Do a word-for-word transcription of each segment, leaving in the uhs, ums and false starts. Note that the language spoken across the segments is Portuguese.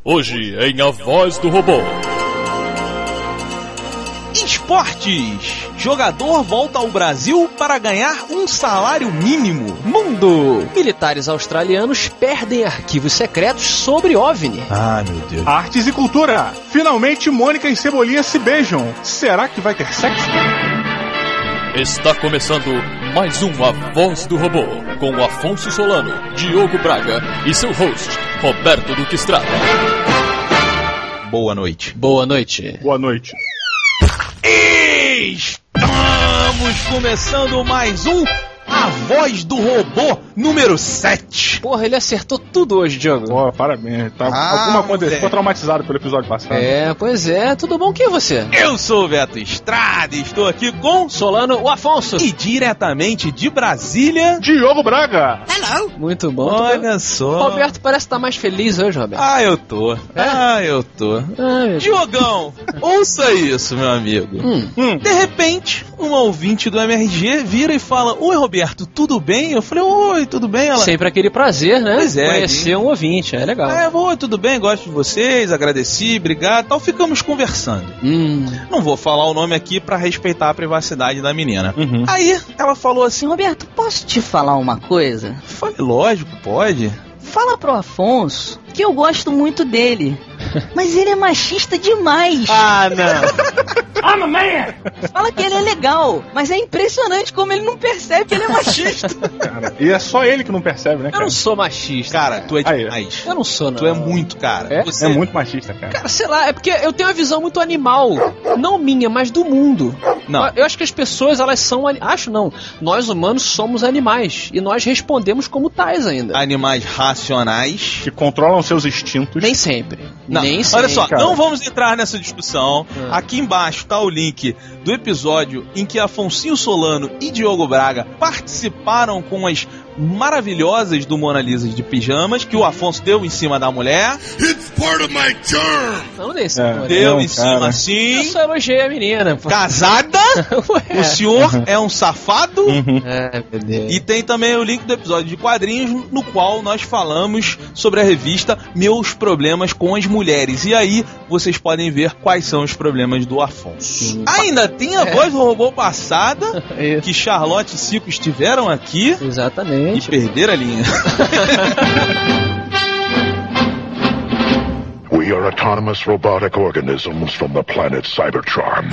Hoje em A Voz do Robô. Esportes. Jogador volta ao Brasil para ganhar um salário mínimo. Mundo. Militares australianos perdem arquivos secretos sobre OVNI. Ah, meu Deus. Artes e cultura. Finalmente Mônica e Cebolinha se beijam. Será que vai ter sexo? Está começando mais um A Voz do Robô, com Afonso Solano, Diogo Braga e seu host, Roberto Duque Estrada. Boa noite. Boa noite. Boa noite. Estamos começando mais um A Voz do Robô número sete. Porra, ele acertou tudo hoje, Diogo. Pô, parabéns. Tá, Ah, alguma coisa, é. ficou traumatizado pelo episódio passado. É, pois é. Tudo bom? Quem é você? Eu sou o Beto Estrada e estou aqui com Solano, o Afonso. e diretamente de Brasília, Diogo Braga. Muito bom. olha só. Roberto parece estar mais feliz hoje, Roberto. Ah, eu tô. Ah, eu tô. Ah, meu Deus. Diogão, ouça isso, meu amigo. Hum. Hum. De repente, um ouvinte do M R G vira e fala: Oi, Roberto, tudo bem? Eu falei: Oi, tudo bem? Ela: Sempre aquele prazer, né? Pois é, Conhecer hein? um ouvinte, é legal. Ah, oi, tudo bem? Gosto de vocês, agradeci, obrigado. Tal, ficamos conversando. Hum. Não vou falar o nome aqui pra respeitar a privacidade da menina. Uhum. Aí ela falou assim: Roberto, posso te falar uma coisa? Falei: Lógico, pode. Fala pro Afonso que eu gosto muito dele, mas ele é machista demais. Ah, não. I'm a man! Fala que ele é legal, mas é impressionante como ele não percebe que ele é machista. Cara, e é só ele que não percebe, né, Eu cara? não sou machista. Cara, tu é Aí. demais. Eu não sou, não. Tu é muito, cara. É? Você É muito machista, cara. Cara, sei lá, é porque eu tenho uma visão muito animal. Não minha, mas do mundo. Não. Eu acho que as pessoas, elas são... ani- Acho não. Nós humanos somos animais. E nós respondemos como tais ainda. Animais racionais. Que controlam seus instintos. Nem sempre. Não, Nem olha sempre. só, cara. não vamos entrar nessa discussão. Ah. Aqui embaixo tá o link do episódio em que Afonso Solano e Diogo Braga participaram com as maravilhosas do Mona Lisa de pijamas que o Afonso deu em cima da mulher. It's part of my charm. Não desse. É. amor. Deu Não, em cima cara. Eu assim. só elogiei a menina. pô. Casada? Ué. O senhor é um safado? Uhum. É, meu Deus. E tem também o link do episódio de quadrinhos no qual nós falamos sobre a revista Meus Problemas com as Mulheres. E aí vocês podem ver quais são os problemas do Afonso. Sim. Ainda tem a É. voz do robô passada, Isso. que Charlotte e Cico estiveram aqui e Exatamente. perderam a linha. We are autonomous robotic organisms from the planet Cybertron.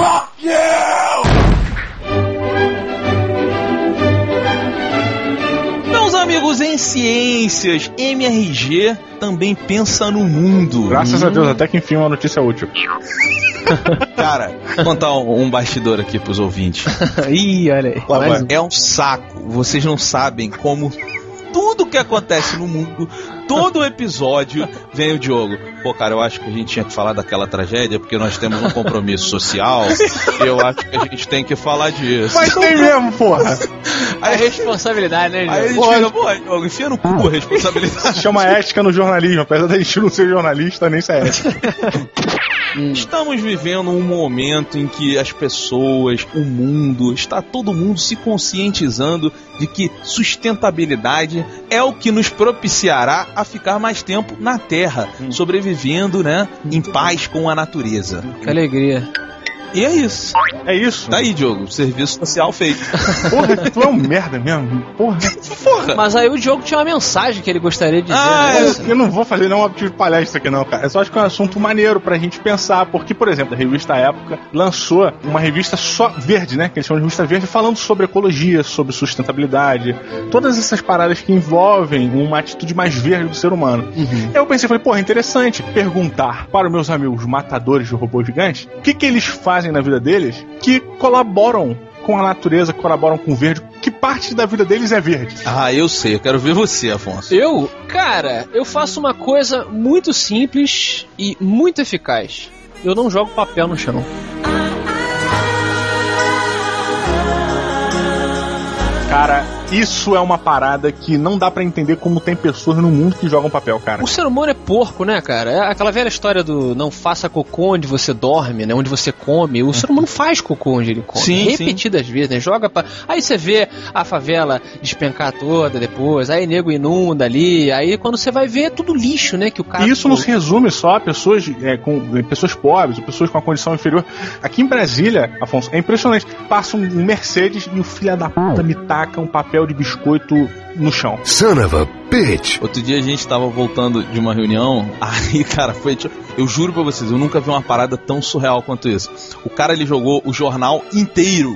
Meus amigos, em ciências, M R G também pensa no mundo. Graças a Deus, até que enfim uma notícia útil. Cara, vou contar um, um bastidor aqui pros ouvintes. Ih, olha aí. Lá Mais vai. um. É um saco. Vocês não sabem como tudo que acontece no mundo, todo episódio, vem o Diogo. Pô, cara, eu acho que a gente tinha que falar daquela tragédia porque nós temos um compromisso social. Eu acho que a gente tem que falar disso. Mas tem mesmo, porra. É responsabilidade, né, Aí a gente Diogo? fica, pô, Diogo, enfia no cu a responsabilidade. Chama ética no jornalismo. Apesar da gente não ser jornalista, nem ser ética. Estamos vivendo um momento em que as pessoas, o mundo, está todo mundo se conscientizando de que sustentabilidade é o que nos propiciará a ficar mais tempo na Terra, sobrevivendo, né, em paz com a natureza. Que alegria. E é isso. É isso. Tá aí, Diogo, serviço social feito. Porra, tu é um merda mesmo. Porra. Porra! Mas aí o Diogo tinha uma mensagem que ele gostaria de dizer, Ah, né? Eu, eu não vou fazer nenhum tipo de palestra aqui não, cara. Eu só acho que é um assunto maneiro pra gente pensar. Porque, por exemplo, a revista Época lançou uma revista só verde, né? Que eles chamam de revista verde, falando sobre ecologia, sobre sustentabilidade. Todas essas paradas que envolvem uma atitude mais verde do ser humano. Uhum. Eu pensei, falei, porra, interessante perguntar para os meus amigos matadores de robôs gigantes o que, que eles fazem na vida deles que colaboram com a natureza, colaboram com o verde. Que parte da vida deles é verde? Ah, eu sei, eu quero ver você, Afonso. Eu, cara, eu faço uma coisa muito simples e muito eficaz. Eu não jogo papel no chão. Cara, Isso é uma parada que não dá pra entender como tem pessoas no mundo que jogam papel, cara. O ser humano é porco, né, cara? É aquela velha história do não faça cocô onde você dorme, né? Onde você come. O ser humano faz cocô onde ele come. Sim, repetidas sim. vezes, né? Joga pra... Aí você vê a favela despencar toda depois, aí nego inunda ali, aí quando você vai ver é tudo lixo, né? Que o cara... E isso não se resume só a pessoas, é, com, pessoas pobres, ou pessoas com uma condição inferior. Aqui em Brasília, Afonso, é impressionante. Passa um Mercedes e o filho da puta me taca um papel de biscoito no chão. Son of a bitch. Outro dia a gente tava voltando de uma reunião, aí, cara, foi... Eu juro pra vocês, eu nunca vi uma parada tão surreal quanto isso. O cara, ele jogou o jornal inteiro.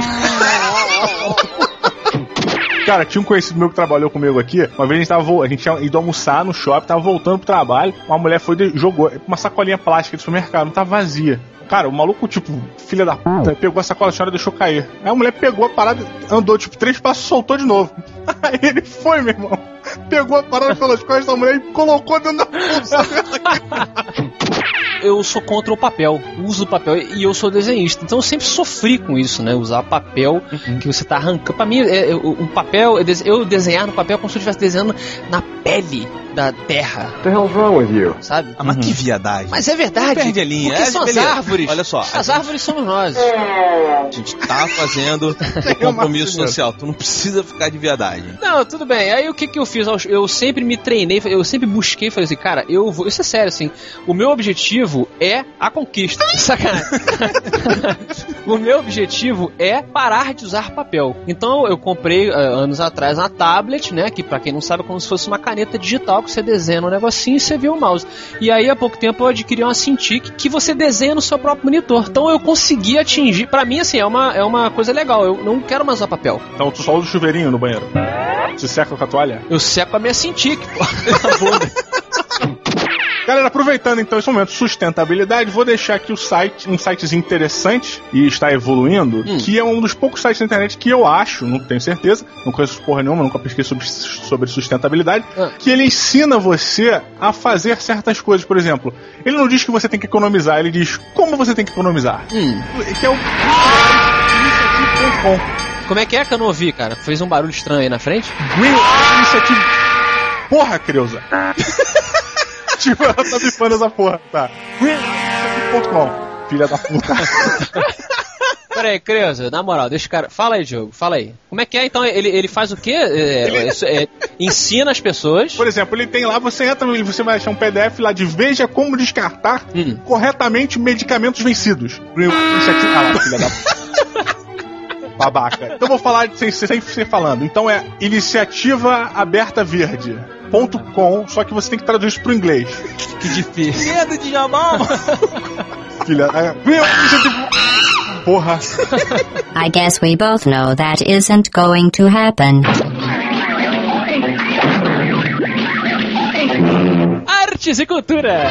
Cara, tinha um conhecido meu que trabalhou comigo aqui. Uma vez a gente tava, a gente tinha ido almoçar no shopping, tava voltando pro trabalho. Uma mulher foi e jogou uma sacolinha plástica do supermercado, não tava vazia. Cara, o maluco, tipo, filha da puta, pegou a sacola, a senhora deixou cair. Aí a mulher pegou a parada, andou, tipo, três passos, soltou de novo. Aí ele foi, meu irmão. Pegou a parada pelas costas da mulher e colocou dentro da bolsa. Eu sou contra o papel, uso o papel e eu sou desenhista, então eu sempre sofri com isso, né? Usar papel uhum. que você tá arrancando. Pra mim, é, é, o papel, eu desenhar no papel como se eu estivesse desenhando na pele da terra. What the hell's wrong with you? Sabe? Ah, mas uhum. que viadagem. Mas é verdade. Não perde a linha. Porque é, são beleza. as árvores. Olha só. As gente... árvores somos nós. A gente tá fazendo o compromisso social. Tu não precisa ficar de viadagem. Não, tudo bem. Aí o que que eu fiz? Eu sempre me treinei, eu sempre busquei, falei assim, cara, eu vou... Isso é sério, assim. O meu objetivo é a conquista. Sacanagem. O meu objetivo é parar de usar papel. Então eu comprei uh, anos atrás uma tablet, né? Que pra quem não sabe é como se fosse uma caneta digital que você desenha um negocinho e você vê o mouse. E aí há pouco tempo eu adquiri uma Cintiq que você desenha no seu próprio monitor. Então eu consegui atingir. Pra mim, assim, é uma, é uma coisa legal. Eu não quero mais usar papel. Então tu só usa o chuveirinho no banheiro? Você seca com a toalha? Eu seco a minha Cintiq, pô. Galera, aproveitando então esse momento de sustentabilidade, vou deixar aqui o site, um sitezinho interessante e está evoluindo, hum. que é um dos poucos sites da internet que eu acho, não tenho certeza, não conheço porra nenhuma, nunca pesquisei sobre, sobre sustentabilidade, ah. que ele ensina você a fazer certas coisas. Por exemplo, ele não diz que você tem que economizar, ele diz como você tem que economizar. Hum. Que é o iniciative ponto com. Como é que é que eu não ouvi, cara? Fez um barulho estranho aí na frente? Green Initiative. Porra, Creuza. Tipo, ela tá bifando essa porra, tá? green initiative ponto com. Filha da puta. Peraí, Creuza, na moral, deixa o cara... Fala aí, Diogo, fala aí. Como é que é, então? Ele, ele faz o quê? É, ele... é, ensina as pessoas... Por exemplo, ele tem lá, você entra no... Você vai achar um P D F lá de veja como descartar hum. corretamente medicamentos vencidos. Green Initiative... Ah lá, filha da puta. Babaca. Então eu vou falar sem, sem ser falando. Então é Iniciativa Aberta Verde. Ponto .com, só que você tem que traduzir isso pro inglês. Que difícil. Medo de Jamal. Filha, é... Porra. I guess we both know that isn't going to happen. Artes e cultura.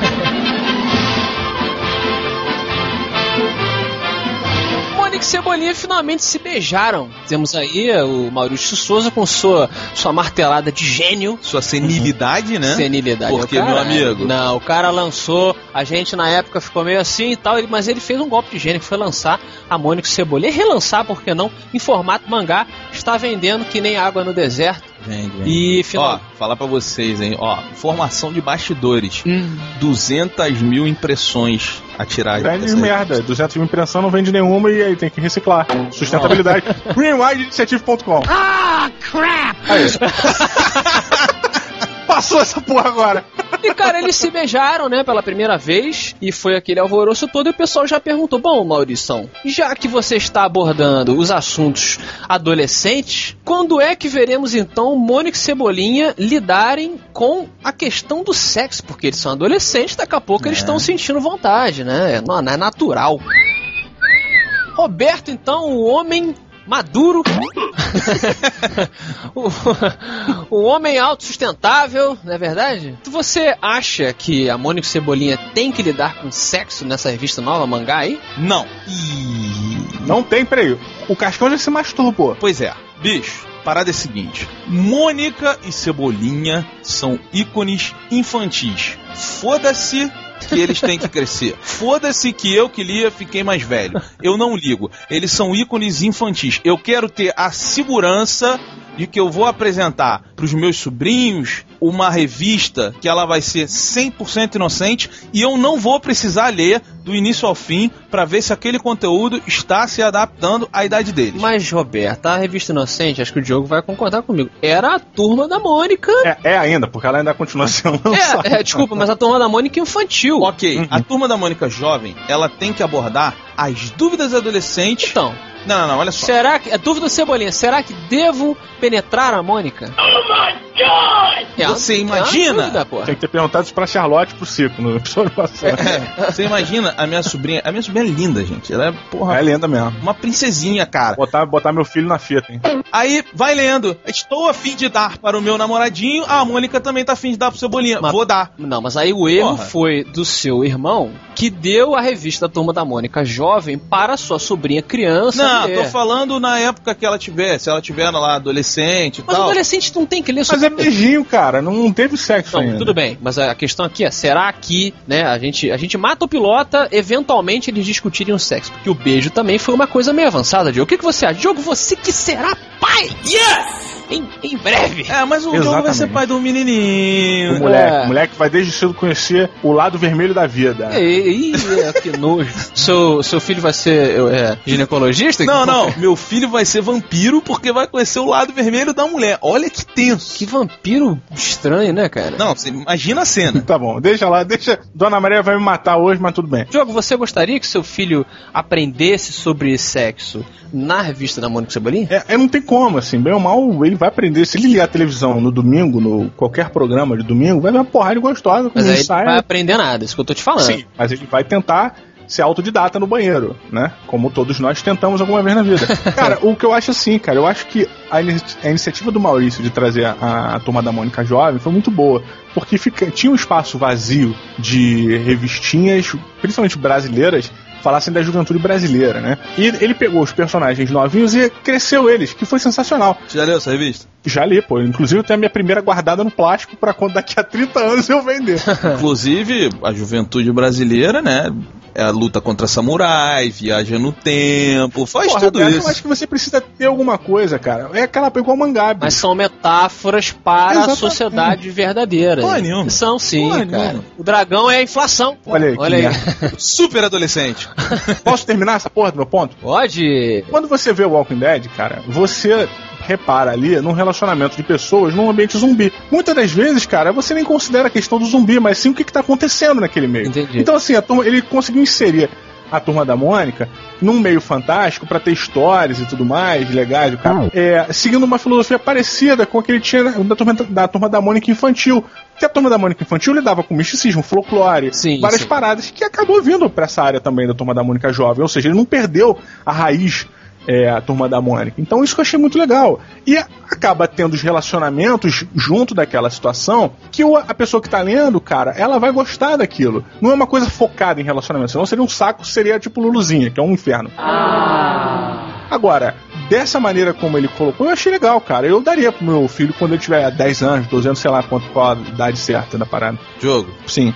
Mônica e Cebolinha finalmente se beijaram. Temos aí o Maurício Souza com sua, sua martelada de gênio. Sua senilidade, uhum. né? Senilidade. Porque, cara, meu amigo... Não, o cara lançou, a gente na época ficou meio assim e tal, mas ele fez um golpe de gênio que foi lançar a Mônica e Cebolinha. E relançar, por que não, em formato mangá. Está vendendo que nem água no deserto. Vende, vende. E final... Ó, falar pra vocês, hein, ó, informação de bastidores. Hum. duzentas mil impressões a tiragem. Grande merda, duzentas mil impressão não vende nenhuma e aí tem que reciclar. Sustentabilidade. greenwide initiative ponto com. Ah, crap! Aí. Passou essa porra agora. E, cara, eles se beijaram, né, pela primeira vez, e foi aquele alvoroço todo, e o pessoal já perguntou, bom, Maurição, já que você está abordando os assuntos adolescentes, quando é que veremos, então, Mônica e Cebolinha lidarem com a questão do sexo? Porque eles são adolescentes, daqui a pouco é. eles estão sentindo vontade, né, não, não é natural. Roberto, então, o homem... maduro, o, o homem autossustentável, não é verdade? Você acha que a Mônica e Cebolinha tem que lidar com sexo nessa revista nova, mangá aí? Não. Não tem, peraí. O Cascão já se masturbou. Pois é, bicho. Parada é a seguinte: Mônica e Cebolinha são ícones infantis. Foda-se que eles têm que crescer. Foda-se que eu que lia fiquei mais velho. Eu não ligo. Eles são ícones infantis. Eu quero ter a segurança de que eu vou apresentar pros meus sobrinhos uma revista que ela vai ser cem por cento inocente e eu não vou precisar ler do início ao fim pra ver se aquele conteúdo está se adaptando à idade deles. Mas, Roberto, a revista Inocente, acho que o Diogo vai concordar comigo, era a Turma da Mônica. É, é ainda, porque ela ainda continua sendo lançada. É, é, desculpa, mas a Turma da Mônica infantil. Ok, Uhum. a Turma da Mônica jovem, ela tem que abordar as dúvidas adolescentes. Então, Não, não, não, olha só. será que... A dúvida do Cebolinha, será que devo penetrar a Mônica? Oh my God! É uma- Você é uma imagina? dúvida, porra. Tem que ter perguntado isso pra Charlotte e pro Cico no episódio passado. É, você imagina a minha sobrinha. A minha sobrinha é linda, gente. Ela é, porra, É lenda mesmo. uma princesinha, cara. Botar, botar meu filho na fita, hein? Aí, vai lendo. Estou a fim de dar para o meu namoradinho. A Mônica também tá a fim de dar pro Cebolinha. Mas- Vou dar. Não, mas aí o erro Porra. foi do seu irmão, que deu a revista Turma da Mônica Jovem para a sua sobrinha criança Não, ler. tô falando na época que ela tiver. Se ela tiver lá adolescente e Mas tal. adolescente não tem que ler Mas é beijinho, cara. Não teve sexo Não, ainda. tudo bem, mas a questão aqui é, será que, né, a gente, a gente mata o pilota, eventualmente eles discutirem o sexo? Porque o beijo também foi uma coisa meio avançada, Diogo. O que, que você acha? Diogo, você que será pai! Yes! Em, em breve! É, mas o Diogo vai Exatamente. ser pai do menininho. O moleque, É. o moleque vai desde cedo conhecer o lado vermelho da vida. Ih, que nojo. Seu, seu filho vai ser é, ginecologista? Não, não. Meu filho vai ser vampiro porque vai conhecer o lado vermelho da mulher. Olha que tenso. Que vampiro estranho, né, cara? Não, você imagina a cena. Tá bom, deixa lá, deixa. Dona Maria vai me matar hoje, mas tudo bem. Diogo, você gostaria que seu filho aprendesse sobre sexo na revista da Mônica Cebolinha? É, é, não tem como, assim, bem ou mal, ele vai aprender. Se ele ligar a televisão no domingo, no qualquer programa de domingo, vai ver uma porrada gostosa com Mas um aí ele ensaio. não vai aprender nada, isso que eu tô te falando. Sim, mas ele vai tentar ser autodidata no banheiro, né? Como todos nós tentamos alguma vez na vida. Cara, o que eu acho assim, cara, eu acho que a, ini- a iniciativa do Maurício de trazer a, a Turma da Mônica Jovem foi muito boa, porque fica, tinha um espaço vazio de revistinhas, principalmente brasileiras, falassem da juventude brasileira, né? E ele pegou os personagens novinhos e cresceu eles, que foi sensacional. Você já leu essa revista? Já li, pô. Inclusive eu tenho a minha primeira guardada no plástico pra quando daqui a trinta anos eu vender. Inclusive, a juventude brasileira, né? É a luta contra samurai, viaja no tempo, faz Porra, tudo Beto, isso. eu acho que você precisa ter alguma coisa, cara. É aquela igual mangá, Mas são metáforas para Exatamente. a sociedade verdadeira. Porra nenhuma. São sim, Porra cara. nenhuma. O dragão é a inflação. Olha aí, Olha que aí. merda. Super adolescente. Posso terminar essa porra do meu ponto? Pode. Quando você vê o Walking Dead, cara, você repara ali num relacionamento de pessoas num ambiente zumbi. Muitas das vezes, cara, você nem considera a questão do zumbi, mas sim o que, que tá acontecendo naquele meio. Entendi. Então, assim, a turma, ele conseguiu inserir a Turma da Mônica num meio fantástico pra ter histórias e tudo mais, legais, o cara, é, seguindo uma filosofia parecida com a que ele tinha da turma da, turma da Mônica infantil. Que a Turma da Mônica infantil lidava com misticismo, folclore, Sim, várias sim. paradas que acabou vindo pra essa área também da Turma da Mônica jovem, ou seja, ele não perdeu a raiz. É, a Turma da Mônica. Então isso que eu achei muito legal. E acaba tendo os relacionamentos junto daquela situação que o- a pessoa que tá lendo, cara, ela vai gostar daquilo. Não é uma coisa focada em relacionamento. Senão seria um saco, seria tipo Luluzinha, que é um inferno. Agora, dessa maneira como ele colocou, eu achei legal, cara. Eu daria pro meu filho quando ele tiver dez anos, doze anos, sei lá quanto, qual a idade certa da parada. Jogo. Sim.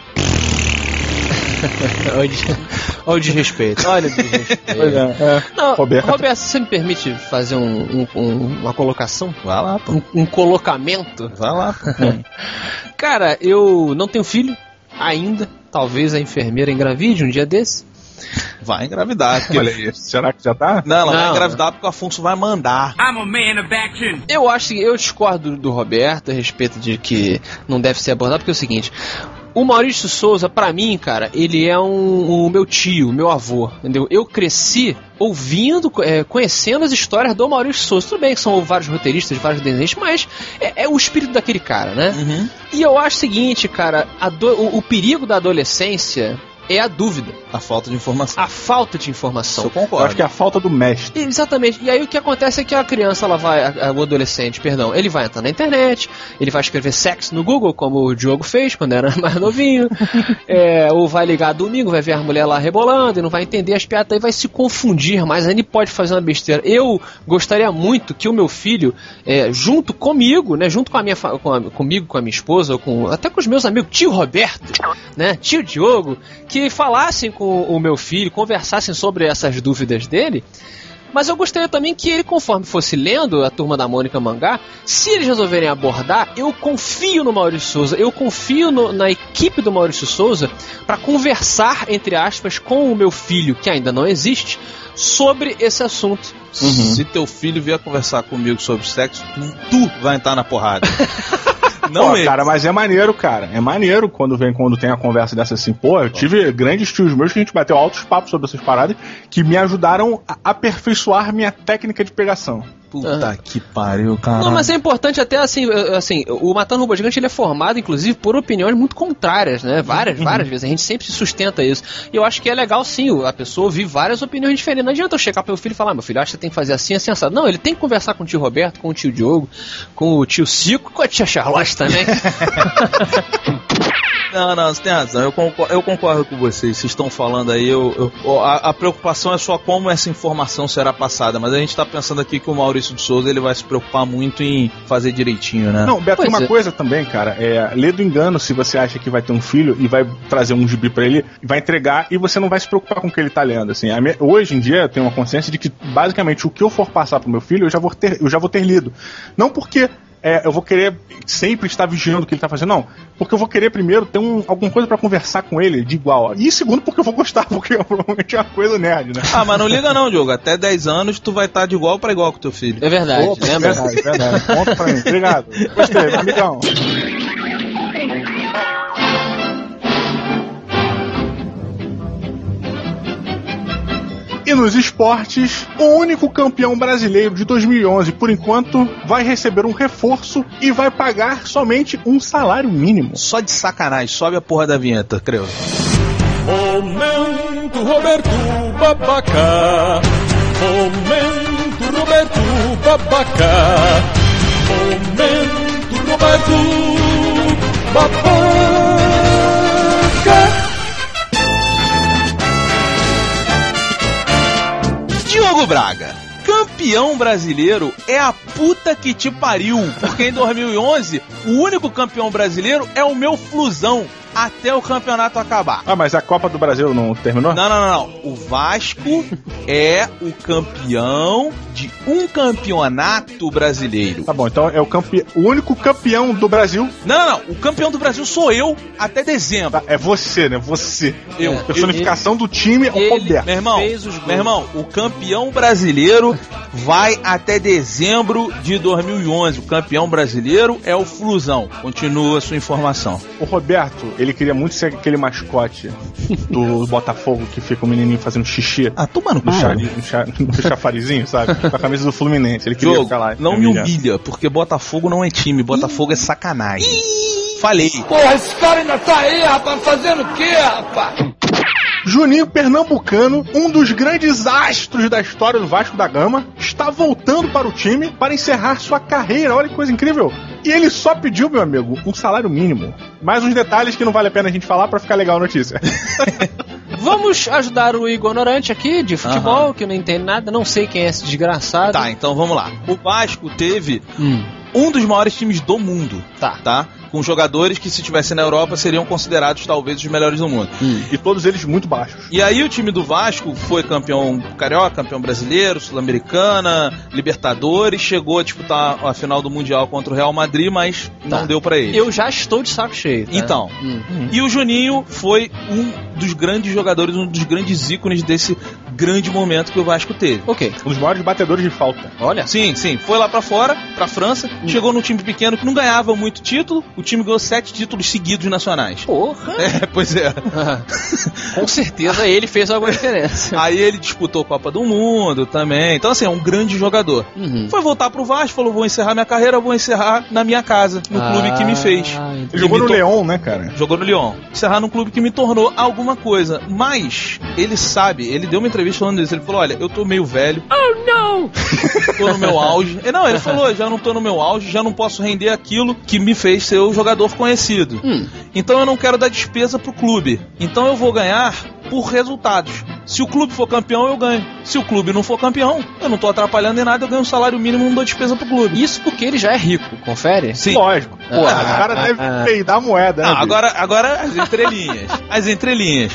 Olha o des- olha o desrespeito. Olha o desrespeito. Pois é, é. Não, Roberto. Roberto. você me permite fazer um- um- um- uma colocação? Vai lá, pô. Um, um colocamento? Vai lá, pô. Cara, eu não tenho filho ainda. Talvez a enfermeira engravide um dia desse. Vai engravidar. Porque... Olha aí, será que já tá? Não, ela vai Não. engravidar porque o Afonso vai mandar. Eu acho que eu discordo do Roberto a respeito de que não deve ser abordado, porque é o seguinte. O Maurício Souza, pra mim, cara, ele é um, o meu tio, meu avô, entendeu? Eu cresci ouvindo, é, conhecendo as histórias do Maurício Souza. Tudo bem que são vários roteiristas, vários desenhistas, mas é, é o espírito daquele cara, né? Uhum. E eu acho o seguinte, cara, a do- o, o perigo da adolescência é a dúvida, A falta de informação. a falta de Isso informação. eu Eu concordo. acho que é a falta do mestre. Exatamente. E aí o que acontece é que a criança, ela vai, a- a- o adolescente, perdão, ele vai entrar na internet, ele vai escrever sexo no Google, como o Diogo fez quando era mais novinho, é, ou vai ligar domingo, vai ver a mulher lá rebolando, e não vai entender as piadas, e vai se confundir, mas aí ele pode fazer uma besteira. Eu gostaria muito que o meu filho, é, junto comigo, né, junto com a minha, fa- com a, comigo, com a minha esposa, ou com, até com os meus amigos, tio Roberto, né, tio Diogo, que falassem com o meu filho, conversassem sobre essas dúvidas dele, Mas eu gostaria também que ele, conforme fosse lendo a Turma da Mônica mangá, se eles resolverem abordar, eu confio no Maurício Souza, eu confio no, na equipe do Maurício Souza para conversar, entre aspas, com o meu filho, que ainda não existe, sobre esse assunto. Uhum. Se teu filho vier conversar comigo sobre sexo, tu vai entrar na porrada. Não, pô, cara, mas é maneiro, cara. É maneiro quando vem, quando tem a conversa dessa assim. Pô, eu tive grandes tios meus que a gente bateu altos papos sobre essas paradas que me ajudaram a aperfeiçoar minha técnica de pegação. Puta uhum. que pariu, cara. Não, mas é importante até assim, assim, o Matando Robô Gigante ele é formado, inclusive, por opiniões muito contrárias, né? Várias, uhum. várias vezes. A gente sempre se sustenta isso. E eu acho que é legal, sim, a pessoa ouvir várias opiniões diferentes. Não adianta eu chegar pro meu filho e falar, meu filho, acho que você tem que fazer assim, assim, assado. Não, ele tem que conversar com o tio Roberto, com o tio Diogo, com o tio Cico, com a tia Charlotte também. Não, não, você tem razão, eu concordo, eu concordo com vocês, vocês estão falando aí, eu, eu, a, a preocupação é só como essa informação será passada, mas a gente tá pensando aqui que o Maurício de Souza, ele vai se preocupar muito em fazer direitinho, né? Não, Beto, pois uma é. coisa também, cara, é lê do engano se você acha que vai ter um filho e vai trazer um gibi pra ele, vai entregar e você não vai se preocupar com o que ele tá lendo, assim, a minha, hoje em dia eu tenho uma consciência de que, basicamente, o que eu for passar pro meu filho, eu já vou ter, eu já vou ter lido, não porque É, eu vou querer sempre estar vigiando o que ele tá fazendo, não. Porque eu vou querer primeiro ter um, alguma coisa pra conversar com ele de igual. E segundo, porque eu vou gostar, porque provavelmente é uma coisa nerd, né? Ah, mas não liga não, Diogo. Até dez anos tu vai estar de igual pra igual com teu filho. É verdade, Opa, lembra? É verdade, é verdade. Conta pra mim. Obrigado. Gostei, amigão. E nos esportes, o único campeão brasileiro de dois mil e onze, por enquanto, vai receber um reforço e vai pagar somente um salário mínimo. Só de sacanagem, sobe a porra da vinheta, creio. Momento Roberto Babaca. Momento Roberto Babaca. Momento Roberto Babaca. Diogo Braga, campeão brasileiro é a puta que te pariu, porque em dois mil e onze o único campeão brasileiro é o meu Flusão, até o campeonato acabar. Ah, mas a Copa do Brasil não terminou? Não, não, não, não. O Vasco é o campeão de um campeonato brasileiro. Tá bom, então é o, campe... o único campeão do Brasil. Não, não, não. O campeão do Brasil sou eu até dezembro. Tá, é você, né? Você. Eu. É, personificação ele, do time é o Roberto. Meu irmão, meu irmão, o campeão brasileiro vai até dezembro de dois mil e onze. O campeão brasileiro é o Flusão. Continua a sua informação. O Roberto, ele queria muito ser aquele mascote do Botafogo que fica o menininho fazendo xixi. Ah, toma no no, chari, no, char, no chafarizinho, sabe? Com a camisa do Fluminense. Ele queria Jogo, ficar lá. Não me humilha, porque Botafogo não é time. Botafogo é sacanagem. Falei. Porra, esse cara ainda tá aí, rapaz, fazendo o quê, rapaz? Juninho Pernambucano, um dos grandes astros da história do Vasco da Gama, está voltando para o time para encerrar sua carreira. Olha que coisa incrível. E ele só pediu, meu amigo, um salário mínimo. Mais uns detalhes que não vale a pena a gente falar para ficar legal a notícia. Vamos ajudar o ignorante aqui de futebol, uhum. que não entende nada, não sei quem é esse desgraçado. Tá, então vamos lá. O Vasco teve hum. um dos maiores times do mundo. Tá. Tá? Com jogadores que, se estivessem na Europa, seriam considerados talvez os melhores do mundo. Hum. E todos eles muito baixos. E aí o time do Vasco foi campeão carioca, campeão brasileiro, Sul-Americana, Libertadores, chegou a disputar a final do Mundial contra o Real Madrid, mas tá. não deu pra ele. Eu já estou de saco cheio. Tá? Então, hum. Hum. e o Juninho foi um dos grandes jogadores, um dos grandes ícones desse grande momento que o Vasco teve. Ok. Um dos maiores batedores de falta. Olha. Sim, sim. Foi lá pra fora, pra França, hum. chegou num time pequeno que não ganhava muito título, o time ganhou sete títulos seguidos nacionais. Porra! É, pois é. Com certeza ele fez alguma diferença. Aí ele disputou a Copa do Mundo também. Então, assim, é um grande jogador. Uhum. Foi voltar pro Vasco, falou, vou encerrar minha carreira, vou encerrar na minha casa, no ah, clube que me fez. Ele jogou no tor- Lyon, né, cara? Jogou no Lyon. Encerrar num clube que me tornou alguma coisa. Mas, ele sabe, ele deu uma entrevista falando isso. Ele falou, olha, eu tô meio velho. Oh, não! Tô no meu auge. Não, ele falou, já não tô no meu auge, já não posso render aquilo que me fez ser o jogador conhecido. Hum. Então eu não quero dar despesa pro clube. Então eu vou ganhar por resultados. Se o clube for campeão, eu ganho. Se o clube não for campeão, eu não tô atrapalhando em nada, eu ganho um salário mínimo e não dou despesa pro clube. Isso porque ele já é rico, confere? Sim. Lógico. Pô, ah, o cara ah, deve ah, peidar a moeda, né? Não, agora, agora as entrelinhas. As entrelinhas.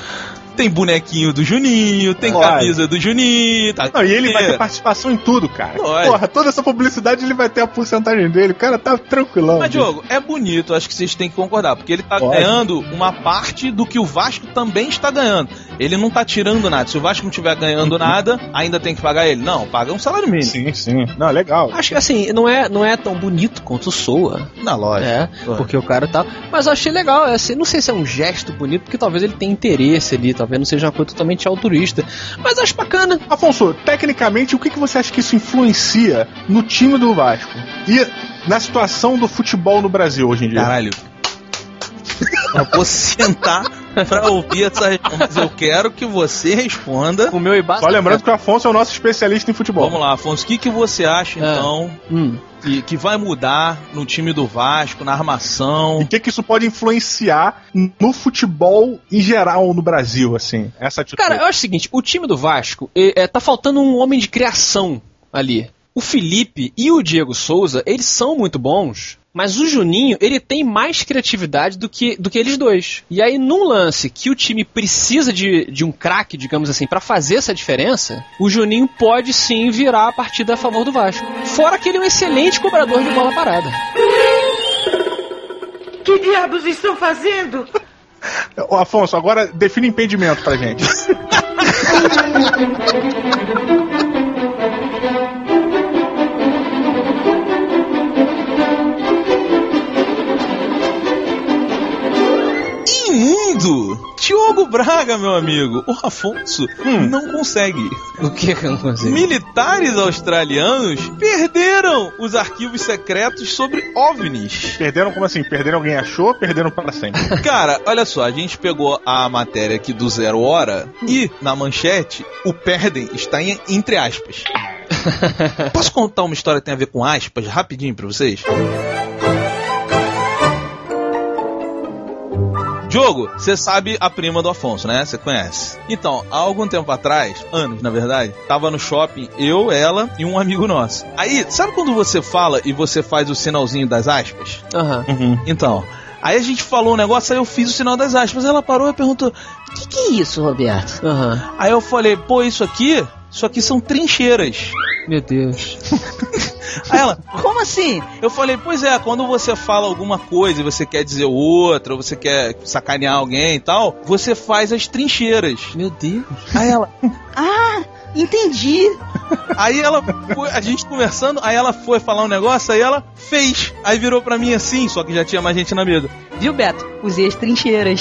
tem bonequinho do Juninho, tem Lógico. camisa do Juninho. Tá Não, e ele vai ter participação em tudo, cara. Lógico. Porra, toda essa publicidade ele vai ter a porcentagem dele. O cara tá tranquilão. Mas, bicho. Diogo, é bonito, acho que vocês têm que concordar, porque ele tá Lógico. ganhando uma parte do que o Vasco também está ganhando. Ele não tá tirando nada. Se o Vasco não estiver ganhando nada, ainda tem que pagar ele. Não, paga um salário mínimo. Sim, sim. Não, é legal. Acho que assim, não é, não é tão bonito quanto soa. Na loja. É, porque o cara tá. Mas eu achei legal, assim, não sei se é um gesto bonito, porque talvez ele tenha interesse ali, talvez não seja uma coisa totalmente altruísta. Mas acho bacana. Afonso, tecnicamente, o que, que você acha que isso influencia no time do Vasco? E na situação do futebol no Brasil hoje em dia? Caralho. Eu vou sentar pra ouvir essa resposta, mas eu quero que você responda. O meu e basta. Só lembrando que o Afonso é o nosso especialista em futebol. Vamos lá, Afonso, o que, que você acha, É. então, Hum. que, que vai mudar no time do Vasco, na armação? E o que, que isso pode influenciar no futebol em geral no Brasil, assim? Essa atitude. Cara, eu acho o seguinte, o time do Vasco, é, é, tá faltando um homem de criação ali. O Felipe e o Diego Souza, eles são muito bons, mas o Juninho, ele tem mais criatividade do que, do que eles dois. E aí, num lance que o time precisa de, de um craque, digamos assim, pra fazer essa diferença, o Juninho pode sim virar a partida a favor do Vasco. Fora que ele é um excelente cobrador de bola parada. Que diabos estão fazendo? Ô, Afonso, agora define impedimento pra gente. Imundo! Diogo Braga, meu amigo. O Afonso Hum. não consegue. O que que eu não consigo? Militares australianos perderam os arquivos secretos sobre OVNIs. Perderam como assim? Perderam alguém achou? Perderam para sempre. Cara, olha só, a gente pegou a matéria aqui do Zero Hora e na manchete o perdem está em entre aspas. Posso contar uma história que tem a ver com aspas rapidinho pra vocês? Diogo, você sabe a prima do Afonso, né? Você conhece. Então, há algum tempo atrás, anos na verdade, tava no shopping, eu, ela e um amigo nosso. Aí, sabe quando você fala e você faz o sinalzinho das aspas? Aham. Uhum. Então, aí a gente falou um negócio, aí eu fiz o sinal das aspas. Ela parou e perguntou: O que, que é isso, Roberto? Aham. aí eu falei, pô, isso aqui, isso aqui são trincheiras. Meu Deus. Aí ela, Como assim? eu falei, pois é, quando você fala alguma coisa e você quer dizer outra, ou você quer sacanear alguém e tal, você faz as trincheiras. Meu Deus. Aí ela, Ah, entendi. aí ela, foi, a gente conversando, aí ela foi falar um negócio, aí ela fez. Aí virou pra mim assim, só que já tinha mais gente na mesa. Viu, Beto? Usei as trincheiras.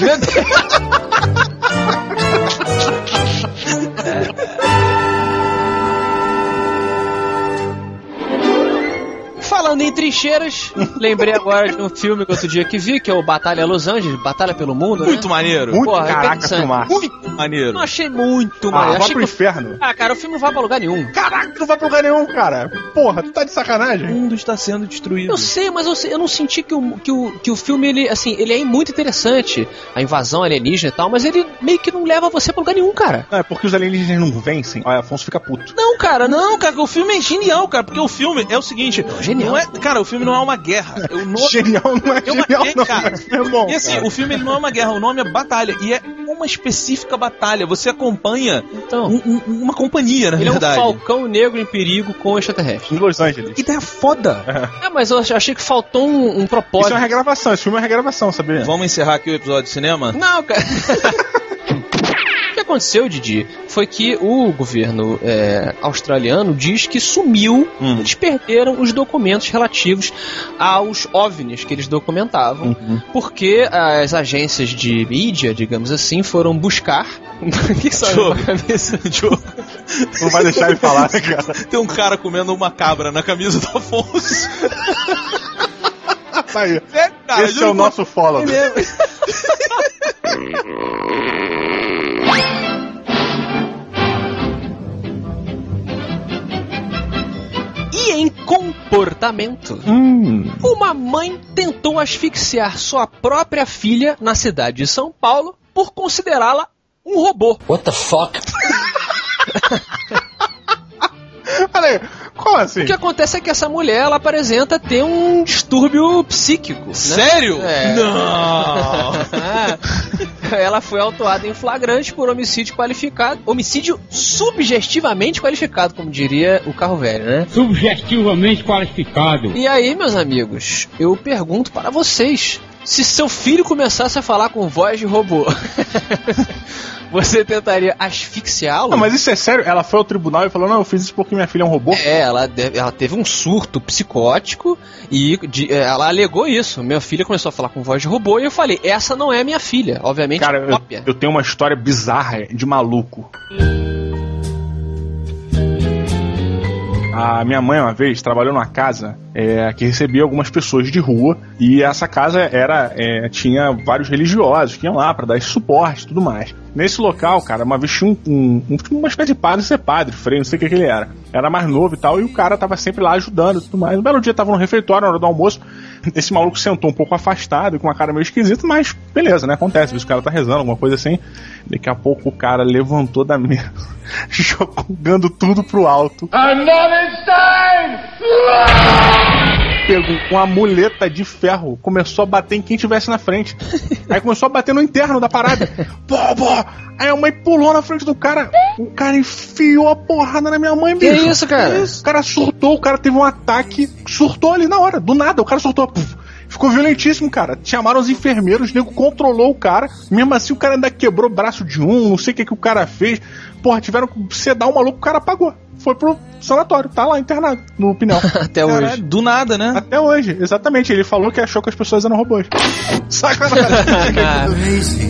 Falando em trincheiras, lembrei agora de um filme que outro dia que vi, que é o Batalha Los Angeles, Batalha pelo Mundo, Muito né? maneiro. Muito Porra, caraca, interessante. filmar. Muito maneiro. Não achei muito Ah, maneiro. vai Achei pro que... inferno. Ah, cara, o filme não vai pra lugar nenhum. Caraca, não vai pra lugar nenhum, cara. Porra, tu tá de O sacanagem? mundo está sendo destruído. Eu sei, mas eu, sei- eu não senti que o, que, o, que o filme, ele, assim, ele é muito interessante. A invasão alienígena e tal, mas ele meio que não leva você pra lugar nenhum, cara. Não, é porque os alienígenas não vencem. Olha, Afonso fica puto. Não, cara, não. Não, cara, o filme é genial, cara, porque o filme é o seguinte, Genial. não é, cara, o filme não é uma guerra. O nome Genial não é é uma genial, não. cara. Mas é bom, E assim, cara. o filme ele não é uma guerra, o nome é batalha e é uma específica batalha. Você acompanha Então, um- um- uma companhia, na ele verdade. é um falcão negro em perigo com extraterrestre. Em Los Angeles. Que ideia foda. É, mas eu ach- achei que faltou um, um Isso é propósito. uma regravação. Esse filme é uma regravação, sabia? Vamos encerrar aqui o episódio de cinema? Não, cara. O que aconteceu, Didi, foi que o governo é, australiano diz que sumiu, Hum. eles perderam os documentos relativos aos OVNIs que eles documentavam, porque as agências de mídia, digamos assim, foram buscar... O que saiu Diogo. na cabeça? Diogo, Não vai deixar ele falar, né, cara? tem um cara comendo uma cabra na camisa do Afonso. Tá aí. É, cara, Esse é juro o nosso follow. por- Ele é- E em comportamento, Hum. uma mãe tentou asfixiar sua própria filha na cidade de São Paulo por considerá-la um robô. What the fuck? Peraí, como assim? O que acontece é que essa mulher, ela apresenta ter um distúrbio psíquico. Né? Sério? É. Não! ela foi autuada em flagrante por homicídio qualificado, homicídio subjestivamente qualificado, como diria o carro velho, né? Subjestivamente qualificado. E aí, meus amigos, eu pergunto para vocês, se seu filho começasse a falar com voz de robô, você tentaria asfixiá-lo? Não, mas isso é sério? Ela foi ao tribunal e falou, não, eu fiz isso porque minha filha é um robô? É, ela, deve, ela teve um surto psicótico e de, ela alegou isso. Minha filha começou a falar com voz de robô e eu falei, essa não é minha filha, obviamente. Cara, cópia. Eu, eu tenho uma história bizarra de maluco. A minha mãe, uma vez, trabalhou numa casa é, que recebia algumas pessoas de rua, e essa casa era é, tinha vários religiosos que iam lá pra dar esse suporte e tudo mais. Nesse local, cara, uma vez tinha um, um, um, uma espécie de padre, ser padre, freio, não sei o que, que ele era. Era mais novo e tal, e o cara tava sempre lá ajudando e tudo mais. Um belo dia tava no refeitório, na hora do almoço, esse maluco sentou um pouco afastado, com uma cara meio esquisita, mas beleza, né, acontece, às vezes o cara tá rezando, alguma coisa assim. Daqui a pouco o cara levantou da mesa, jogando tudo pro alto. Pegou uma muleta de ferro, começou a bater em quem tivesse na frente. Aí começou a bater no interno da parada. Pô, pô. Aí a mãe pulou na frente do cara. O cara enfiou a porrada na minha mãe, bicho. Que isso, cara? Que isso? O cara surtou, o cara teve um ataque, surtou ali na hora, do nada, o cara surtou. Puf. Ficou violentíssimo, cara. Chamaram os enfermeiros, o nego controlou o cara. Mesmo assim, o cara ainda quebrou o braço de um, não sei o que, que o cara fez. Porra, tiveram que sedar o maluco, o cara apagou. Foi pro sanatório, tá lá internado, no Pinel. Até Cara, hoje. do nada, né? Até hoje, exatamente. Ele falou que achou que as pessoas eram robôs. Sacanagem. Crazy.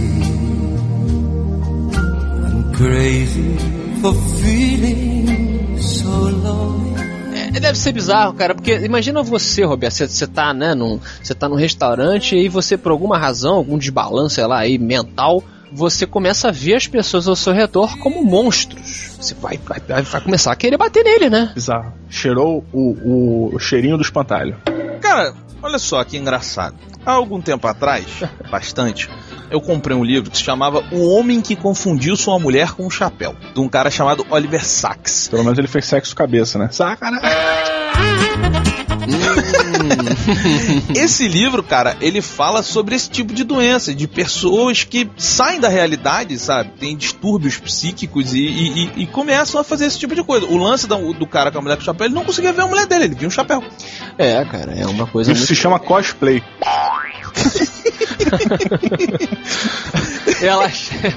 I'm crazy for feeling so lonely. É, deve ser bizarro, cara, porque imagina você, Roberto, você, você tá, né, num, você tá num restaurante e aí você, por alguma razão, algum desbalanço, sei lá, aí, mental, você começa a ver as pessoas ao seu redor como monstros. Você vai, vai, vai começar a querer bater nele, né? Bizarro. Cheirou o, o, o cheirinho do espantalho. Cara, olha só que engraçado. Há algum tempo atrás, bastante, eu comprei um livro que se chamava O Homem que Confundiu Sua Mulher com um Chapéu, de um cara chamado Oliver Sacks. Pelo menos ele fez sexo cabeça, né? Sacanagem. Esse livro, cara, ele fala sobre esse tipo de doença, de pessoas que saem da realidade, sabe? Tem distúrbios psíquicos e, e, e começam a fazer esse tipo de coisa. O lance do, do cara com a mulher com o chapéu, ele não conseguia ver a mulher dele, ele via um chapéu. É, cara, é uma coisa Isso muito... se chama cosplay. Ela...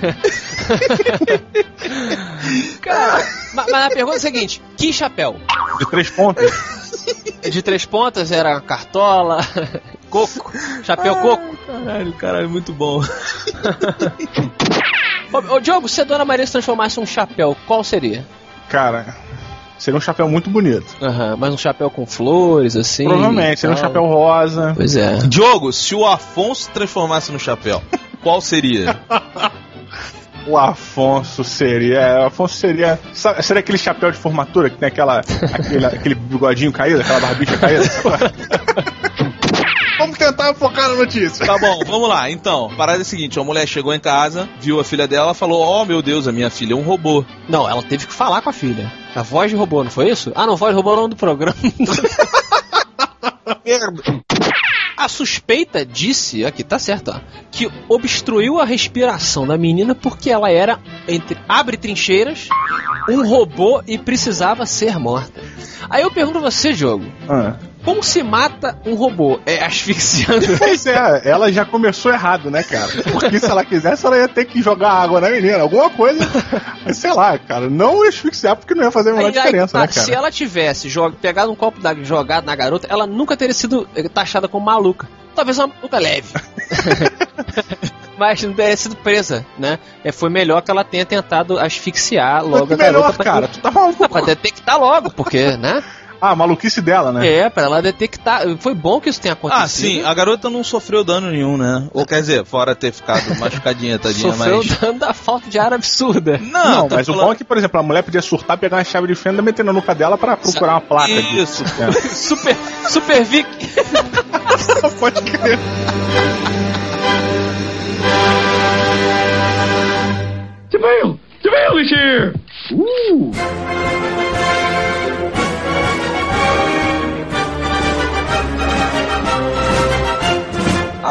Cara, mas, mas a pergunta é a seguinte: que chapéu? De três pontas? De três pontas era cartola, coco, chapéu coco. Caralho, caralho, muito bom. Ô, ô Diogo, se a Dona Maria se transformasse em um chapéu, qual seria? Cara, seria um chapéu muito bonito. Aham, mas um chapéu com flores, assim. Provavelmente, seria um chapéu rosa. Pois é. Diogo, se o Afonso se transformasse no chapéu, qual seria? O Afonso seria. O Afonso seria. Sabe, seria aquele chapéu de formatura que tem aquela. Aquele, aquele bigodinho caído, aquela barbicha caída. Vamos tentar focar na notícia. Tá bom, vamos lá. Então, a parada é a seguinte: uma mulher chegou em casa, viu a filha dela, falou: oh meu Deus, a minha filha é um robô. Não, ela teve que falar com a filha. A voz de robô, não foi isso? Ah, não, voz de robô é o nome do programa. Merda. A suspeita disse, aqui tá certo, ó, que obstruiu a respiração da menina porque ela era, entre abre trincheiras, um robô e precisava ser morta. Aí eu pergunto a você, Diogo, ah. como se mata um robô? É asfixiando? Pois é, ela já começou errado, né, cara? Porque se ela quisesse, ela ia ter que jogar água na menina, alguma coisa. Mas sei lá, cara, não asfixiar porque não ia fazer a menor aí, diferença, aí, né, cara? Se ela tivesse jog... pegado um copo d'água e jogado na garota, ela nunca teria sido taxada como maluca. Talvez uma maluca leve. Mas não teria sido presa, né? É, foi melhor que ela tenha tentado asfixiar logo Mas a garota. Melhor, cara, que... tu tá maluco. Ah, pra detectar logo, porque, né? Ah, a maluquice dela, né? É, pra ela detectar. Foi bom que isso tenha acontecido. Ah, sim, a garota não sofreu dano nenhum, né? Ou quer dizer, fora ter ficado machucadinha, tadinha, sofreu mas... dano da falta de ar absurda. Não, não mas falando... o bom é que, por exemplo, a mulher podia surtar, pegar uma chave de fenda, meter na nuca dela pra procurar uma placa. Isso. De... É. Super, Super Vic. Pode crer. DeVille! DeVille is here! Uh!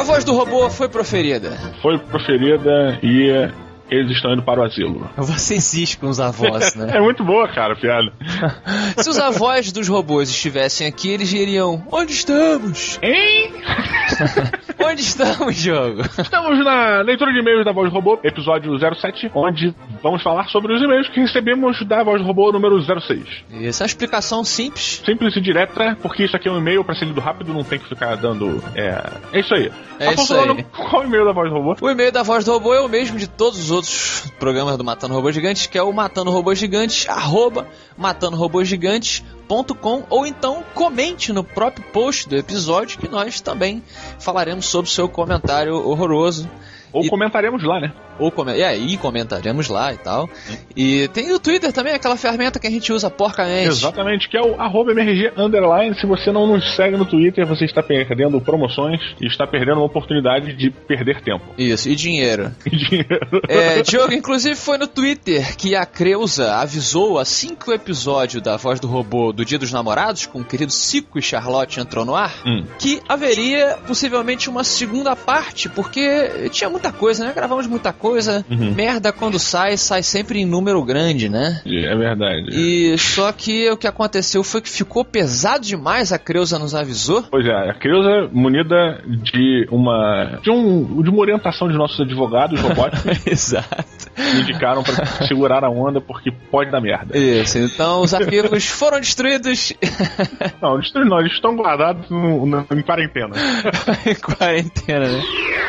A voz do robô foi proferida. Foi proferida e eles estão indo para o asilo. Você insiste com os avós, né? É muito boa, cara, a piada. Se os avós dos robôs estivessem aqui, eles diriam: onde estamos? Hein? Onde estamos, Diogo? Estamos na leitura de e-mails da Voz do Robô, episódio zero sete, onde vamos falar sobre os e-mails que recebemos da Voz do Robô número zero seis. Isso é uma explicação simples. Simples e direta, porque isso aqui é um e-mail para ser lido rápido, não tem que ficar dando... É, é isso aí. É Afonso, isso aí. Qual é o e-mail da Voz do Robô? O e-mail da Voz do Robô é o mesmo de todos os outros programas do Matando Robôs Gigantes, que é o matando robôs gigantes, arroba matando robôs gigantes ponto com, ou então comente no próprio post do episódio, que nós também falaremos sobre o seu comentário horroroso. Ou e... comentaremos lá, né? Ou come... é, e comentaremos lá e tal. Hum. E tem o Twitter também, aquela ferramenta que a gente usa porcamente. Exatamente, que é o arroba M R G underline. Se você não nos segue no Twitter, você está perdendo promoções e está perdendo uma oportunidade de perder tempo. Isso, e dinheiro. E dinheiro. É, Diogo, inclusive, foi no Twitter que a Creuza avisou, assim que o episódio da Voz do Robô do Dia dos Namorados, com o querido Cico e Charlotte entrou no ar, hum. que haveria possivelmente uma segunda parte, porque tinha muita coisa, né? Gravamos muita coisa. Coisa, uhum. Merda quando sai, sai sempre em número grande, né? É verdade. E só que o que aconteceu foi que ficou pesado demais, a Creuza nos avisou. Pois é, a Creuza, munida de uma de, um, de uma orientação de nossos advogados robóticos. Exato. Me indicaram pra segurar a onda porque pode dar merda. Isso, então os arquivos foram destruídos. Não, destruídos não, eles estão guardados no, no, em quarentena. Em quarentena, né?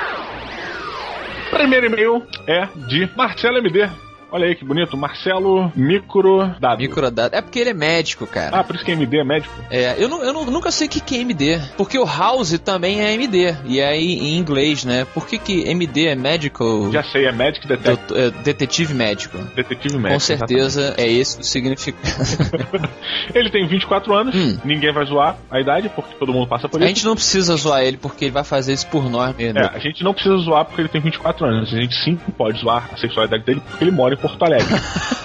O primeiro e-mail é de Marcelo M D. Olha aí que bonito, Marcelo Microdado. Microdado. É porque ele é médico, cara. Ah, por isso que M D é médico? É, eu, não, eu não, nunca sei o que, que é M D. Porque o House também é M D. E é em inglês, né? Por que, que M D é Medical? Já sei, é Medic Detective. É, Detetive Médico. Detetive Médico. Com certeza exatamente. É esse o significado. Ele tem vinte e quatro anos, hum. Ninguém vai zoar a idade, porque todo mundo passa por isso. A gente não precisa zoar ele, porque ele vai fazer isso por nós mesmo. É, a gente não precisa zoar porque ele tem vinte e quatro anos. A gente sim pode zoar a sexualidade dele porque ele mora em Porto Alegre.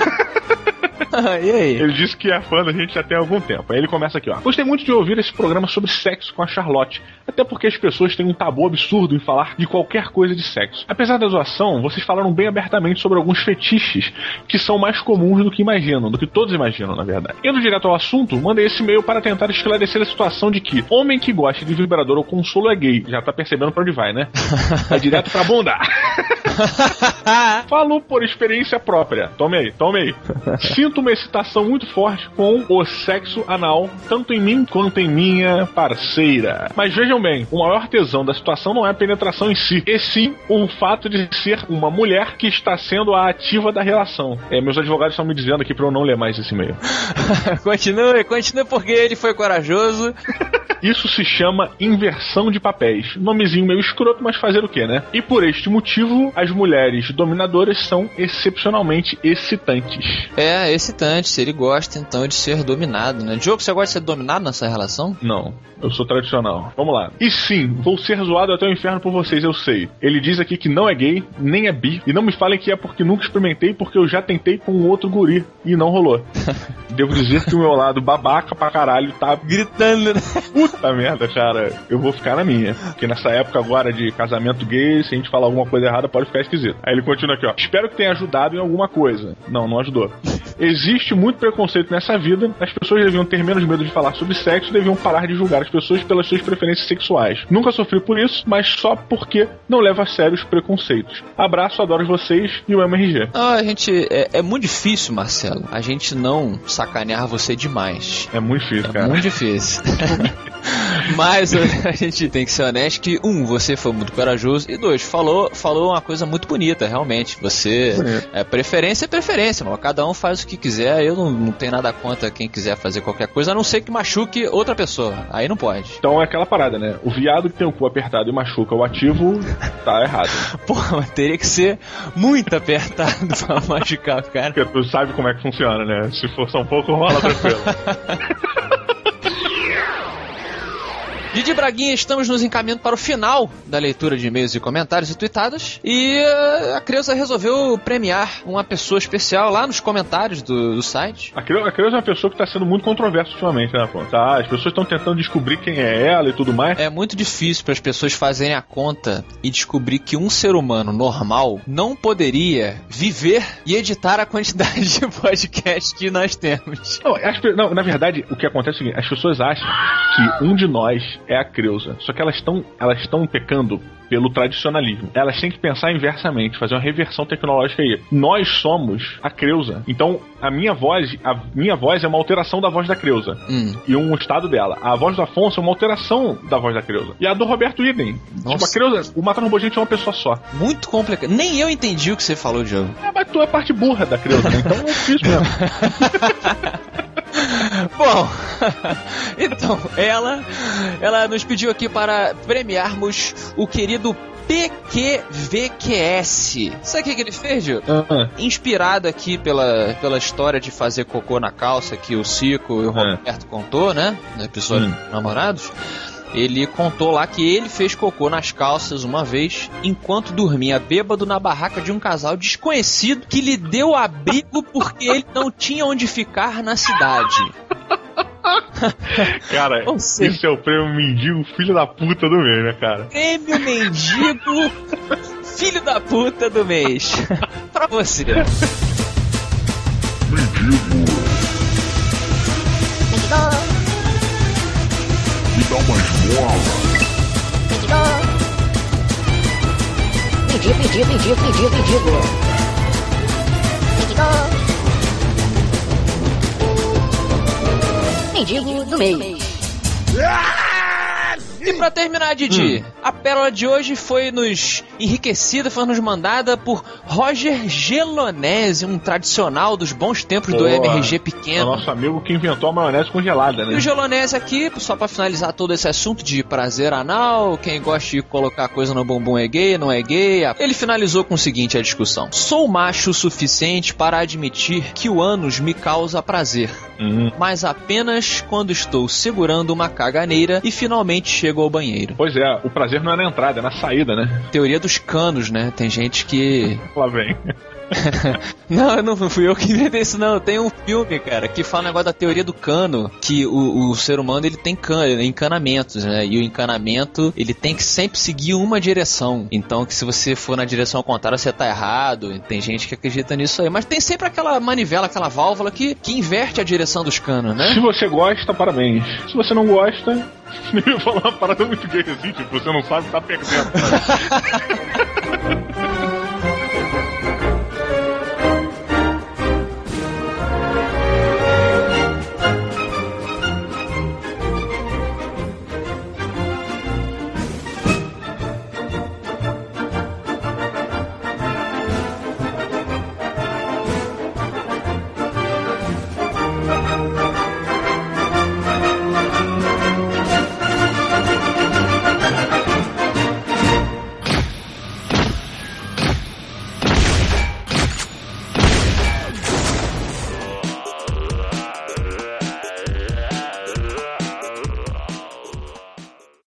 E aí? Ele disse que é fã da gente já tem algum tempo. Aí ele começa aqui, ó. Gostei muito de ouvir esse programa sobre sexo com a Charlotte, até porque as pessoas têm um tabu absurdo em falar de qualquer coisa de sexo. Apesar da zoação, vocês falaram bem abertamente sobre alguns fetiches que são mais comuns do que imaginam, do que todos imaginam, na verdade. Indo direto ao assunto, mandei esse e-mail para tentar esclarecer a situação de que homem que gosta de vibrador ou consolo é gay. Já tá percebendo pra onde vai, né? Vai direto pra bunda. Falo por experiência própria. Tome aí, tome aí. Sinto uma excitação muito forte com o sexo anal, tanto em mim quanto em minha parceira. Mas vejam bem, o maior tesão da situação não é a penetração em si, e sim o fato de ser uma mulher que está sendo a ativa da relação. É, meus advogados estão me dizendo aqui pra eu não ler mais esse e-mail. Continue, continue porque ele foi corajoso. Isso se chama inversão de papéis. Nomezinho meio escroto, mas fazer o quê, né? E por este motivo, as mulheres dominadoras são excepcionalmente excitantes. É, excitante. Se ele gosta, então, de ser dominado, né? Diogo, você gosta de ser dominado nessa relação? Não, eu sou tradicional. Vamos lá. E sim, vou ser zoado até o inferno por vocês, eu sei. Ele diz aqui que não é gay, nem é bi. E não me falem que é porque nunca experimentei, porque eu já tentei com um outro guri e não rolou. Devo dizer que o meu lado babaca pra caralho tá gritando, né? Puta merda, cara. Eu vou ficar na minha. Porque nessa época agora de casamento gay, se a gente falar alguma coisa errada, pode ficar esquisito. Aí ele continua aqui, ó. Espero que tenha ajudado em alguma coisa. Não, não ajudou. Existe muito preconceito nessa vida. As pessoas deviam ter menos medo de falar sobre sexo, deviam parar de julgar as pessoas pelas suas preferências sexuais. Nunca sofri por isso, mas só porque não levo a sério os preconceitos. Abraço, adoro vocês e o M R G. Ah, a gente... É, é muito difícil, Marcelo, a gente não sacanear você demais. É muito difícil, é cara. É muito difícil. Mas a gente tem que ser honesto que, um, você foi muito corajoso, e dois, falou, falou uma coisa muito bonita, realmente. Você, é, preferência é preferência, mano. Cada um faz o que quiser, eu não, não tenho nada contra quem quiser fazer qualquer coisa, a não ser que machuque outra pessoa. Aí não pode. Então é aquela parada, né? O viado que tem o cu apertado e machuca o ativo, tá errado. Porra, mas teria que ser muito apertado pra machucar o cara. Porque tu sabe como é que funciona, né? Se for só um pouco, rola tranquilo. Didi Braguinha, estamos nos encaminhando para o final da leitura de e-mails e comentários e tweetadas. E uh, a Creuza resolveu premiar uma pessoa especial lá nos comentários do, do site. A Creuza, a Creuza é uma pessoa que está sendo muito controversa ultimamente, né, pô? Tá, as pessoas estão tentando descobrir quem é ela e tudo mais. É muito difícil para as pessoas fazerem a conta e descobrir que um ser humano normal não poderia viver e editar a quantidade de podcast que nós temos. Não, as, não, na verdade, o que acontece é o seguinte, as pessoas acham que um de nós é a Creuza, só que elas estão elas estão pecando pelo tradicionalismo. Elas têm que pensar inversamente, fazer uma reversão tecnológica aí. Nós somos a Creuza. Então, a minha voz, a minha voz é uma alteração da voz da Creuza. Hum. E um estado dela. A voz do Afonso é uma alteração da voz da Creuza. E a do Roberto idem. Tipo, a Creuza, o Matando Robô Gente é uma pessoa só. Muito complicado. Nem eu entendi o que você falou, Diogo. É, mas tu é a parte burra da Creuza, né? Então é difícil mesmo. Bom, então, ela, ela nos pediu aqui para premiarmos o querido P Q V Q S. Sabe o que, que ele fez, Gil? Uh-huh. Inspirado aqui pela, pela história de fazer cocô na calça que o Cico e o Roberto uh-huh. contou, né? No episódio uh-huh. Namorados. Ele contou lá que ele fez cocô nas calças uma vez enquanto dormia bêbado na barraca de um casal desconhecido que lhe deu abrigo porque ele não tinha onde ficar na cidade. Cara, esse é o prêmio mendigo filho da puta do mês, né, cara? Prêmio mendigo filho da puta do mês. Pra você. Mendigo. Me dá uma esmola. Mendigo, mendigo, mendigo, mendigo, mendigo. Mendigo. Mendigo do mês. E pra terminar, Didi, hum. a pérola de hoje foi nos enriquecida, foi nos mandada por Roger Gelonese, um tradicional dos bons tempos Boa. do M R G pequeno. É o nosso amigo que inventou a maionese congelada, né? E o Gelonese aqui, só pra finalizar todo esse assunto de prazer anal, quem gosta de colocar coisa no bumbum é gay, não é gay, ele finalizou com o seguinte a discussão: sou macho o suficiente para admitir que o ânus me causa prazer, uhum. mas apenas quando estou segurando uma caganeira e finalmente chego ao banheiro. Pois é, o prazer não é na entrada, é na saída, né? Teoria dos canos, né? Tem gente que... Lá vem. Não, não fui eu que inventei isso, não. Tem um filme, cara, que fala um negócio da teoria do cano, que o, o ser humano, ele tem can, encanamentos, né? E o encanamento, ele tem que sempre seguir uma direção. Então, que se você for na direção contrária, você tá errado. Tem gente que acredita nisso aí. Mas tem sempre aquela manivela, aquela válvula que, que inverte a direção dos canos, né? Se você gosta, parabéns. Se você não gosta... Eu ia falar uma parada muito gay assim, tipo, você não sabe, tá perdendo.